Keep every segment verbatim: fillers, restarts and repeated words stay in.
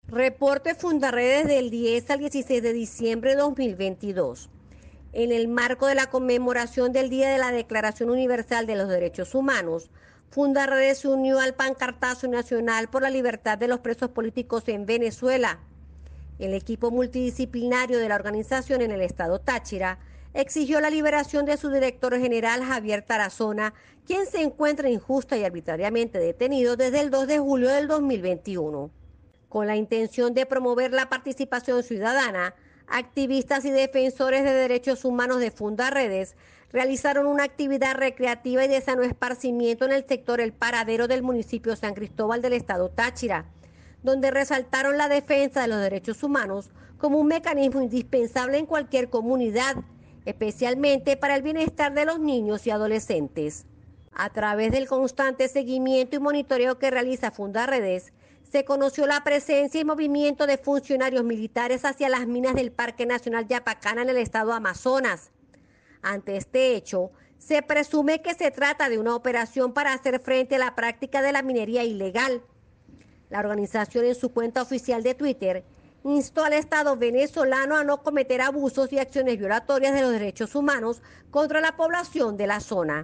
Reporte Fundarredes del diez al dieciséis de diciembre de dos mil veintidós. En el marco de la conmemoración del Día de la Declaración Universal de los Derechos Humanos, Fundarredes se unió al pancartazo nacional por la libertad de los presos políticos en Venezuela. El equipo multidisciplinario de la organización en el estado Táchira exigió la liberación de su director general Javier Tarazona, quien se encuentra injusta y arbitrariamente detenido desde el dos de julio del dos mil veintiuno. Con la intención de promover la participación ciudadana, activistas y defensores de derechos humanos de Fundarredes realizaron una actividad recreativa y de sano esparcimiento en el sector El Paradero del municipio San Cristóbal del estado Táchira, donde resaltaron la defensa de los derechos humanos como un mecanismo indispensable en cualquier comunidad, especialmente para el bienestar de los niños y adolescentes. A través del constante seguimiento y monitoreo que realiza Fundarredes, se conoció la presencia y movimiento de funcionarios militares hacia las minas del Parque Nacional Yapacana en el estado Amazonas. Ante este hecho, se presume que se trata de una operación para hacer frente a la práctica de la minería ilegal. La organización en su cuenta oficial de Twitter instó al Estado venezolano a no cometer abusos y acciones violatorias de los derechos humanos contra la población de la zona.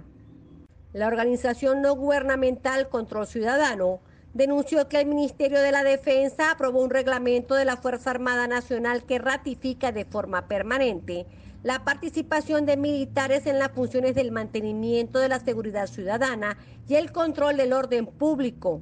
La organización no gubernamental Control Ciudadano denunció que el Ministerio de la Defensa aprobó un reglamento de la Fuerza Armada Nacional que ratifica de forma permanente la participación de militares en las funciones del mantenimiento de la seguridad ciudadana y el control del orden público.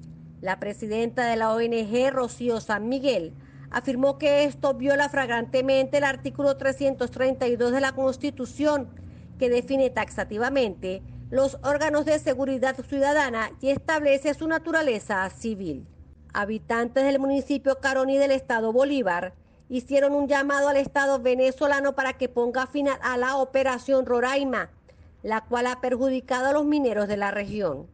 La presidenta de la O N G, Rocío San Miguel, afirmó que esto viola flagrantemente el artículo trescientos treinta y dos de la Constitución, que define taxativamente los órganos de seguridad ciudadana y establece su naturaleza civil. Habitantes del municipio Caroní del estado Bolívar hicieron un llamado al Estado venezolano para que ponga fin a la operación Roraima, la cual ha perjudicado a los mineros de la región.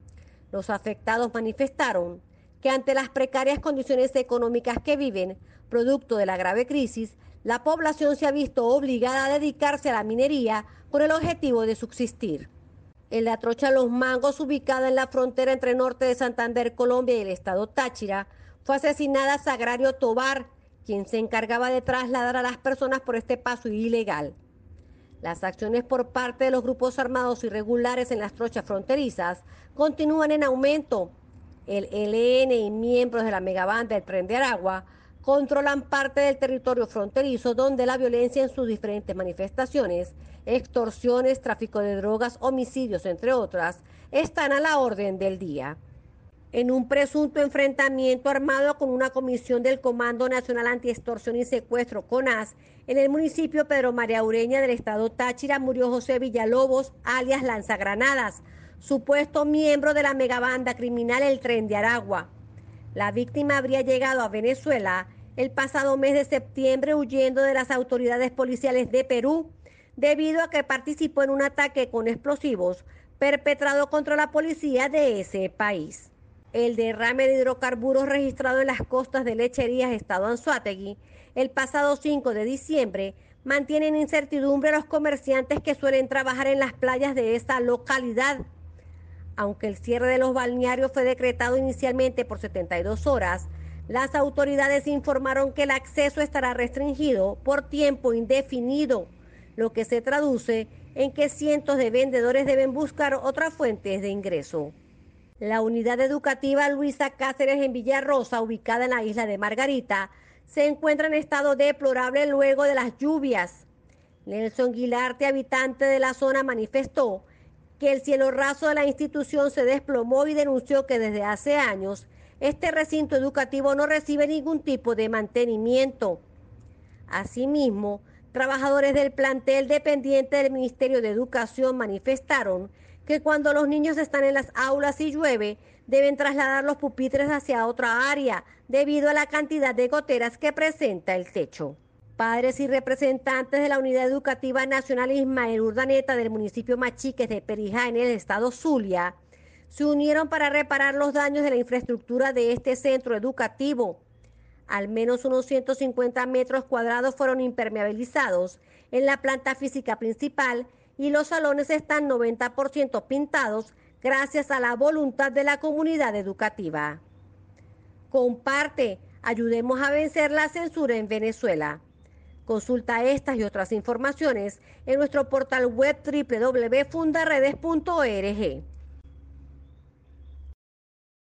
Los afectados manifestaron que ante las precarias condiciones económicas que viven, producto de la grave crisis, la población se ha visto obligada a dedicarse a la minería con el objetivo de subsistir. En la trocha Los Mangos, ubicada en la frontera entre norte de Santander, Colombia y el estado Táchira, fue asesinada Sagrario Tobar, quien se encargaba de trasladar a las personas por este paso ilegal. Las acciones por parte de los grupos armados irregulares en las trochas fronterizas continúan en aumento. El E L N y miembros de la megabanda del Tren de Aragua controlan parte del territorio fronterizo, donde la violencia en sus diferentes manifestaciones, extorsiones, tráfico de drogas, homicidios, entre otras, están a la orden del día. En un presunto enfrentamiento armado con una comisión del Comando Nacional Antiextorsión y Secuestro, CONAS, en el municipio Pedro María Ureña del estado Táchira, murió José Villalobos, alias Lanzagranadas, supuesto miembro de la megabanda criminal El Tren de Aragua. La víctima habría llegado a Venezuela el pasado mes de septiembre huyendo de las autoridades policiales de Perú, debido a que participó en un ataque con explosivos perpetrado contra la policía de ese país. El derrame de hidrocarburos registrado en las costas de Lecherías, estado Anzoátegui, el pasado cinco de diciembre, mantiene en incertidumbre a los comerciantes que suelen trabajar en las playas de esta localidad. Aunque el cierre de los balnearios fue decretado inicialmente por setenta y dos horas, las autoridades informaron que el acceso estará restringido por tiempo indefinido, lo que se traduce en que cientos de vendedores deben buscar otras fuentes de ingreso. La unidad educativa Luisa Cáceres en Villarrosa, ubicada en la isla de Margarita, se encuentra en estado deplorable luego de las lluvias. Nelson Guilarte, habitante de la zona, manifestó que el cielo raso de la institución se desplomó y denunció que desde hace años este recinto educativo no recibe ningún tipo de mantenimiento. Asimismo, trabajadores del plantel dependiente del Ministerio de Educación manifestaron que cuando los niños están en las aulas y llueve, deben trasladar los pupitres hacia otra área debido a la cantidad de goteras que presenta el techo. Padres y representantes de la Unidad Educativa Nacional Ismael Urdaneta del municipio Machiques de Perijá, en el estado Zulia, se unieron para reparar los daños de la infraestructura de este centro educativo. Al menos unos ciento cincuenta metros cuadrados fueron impermeabilizados en la planta física principal y los salones están noventa por ciento pintados gracias a la voluntad de la comunidad educativa. Comparte, Ayudemos a vencer la censura en Venezuela. Consulta estas y otras informaciones en nuestro portal web doble u doble u doble u punto fundaredes punto org.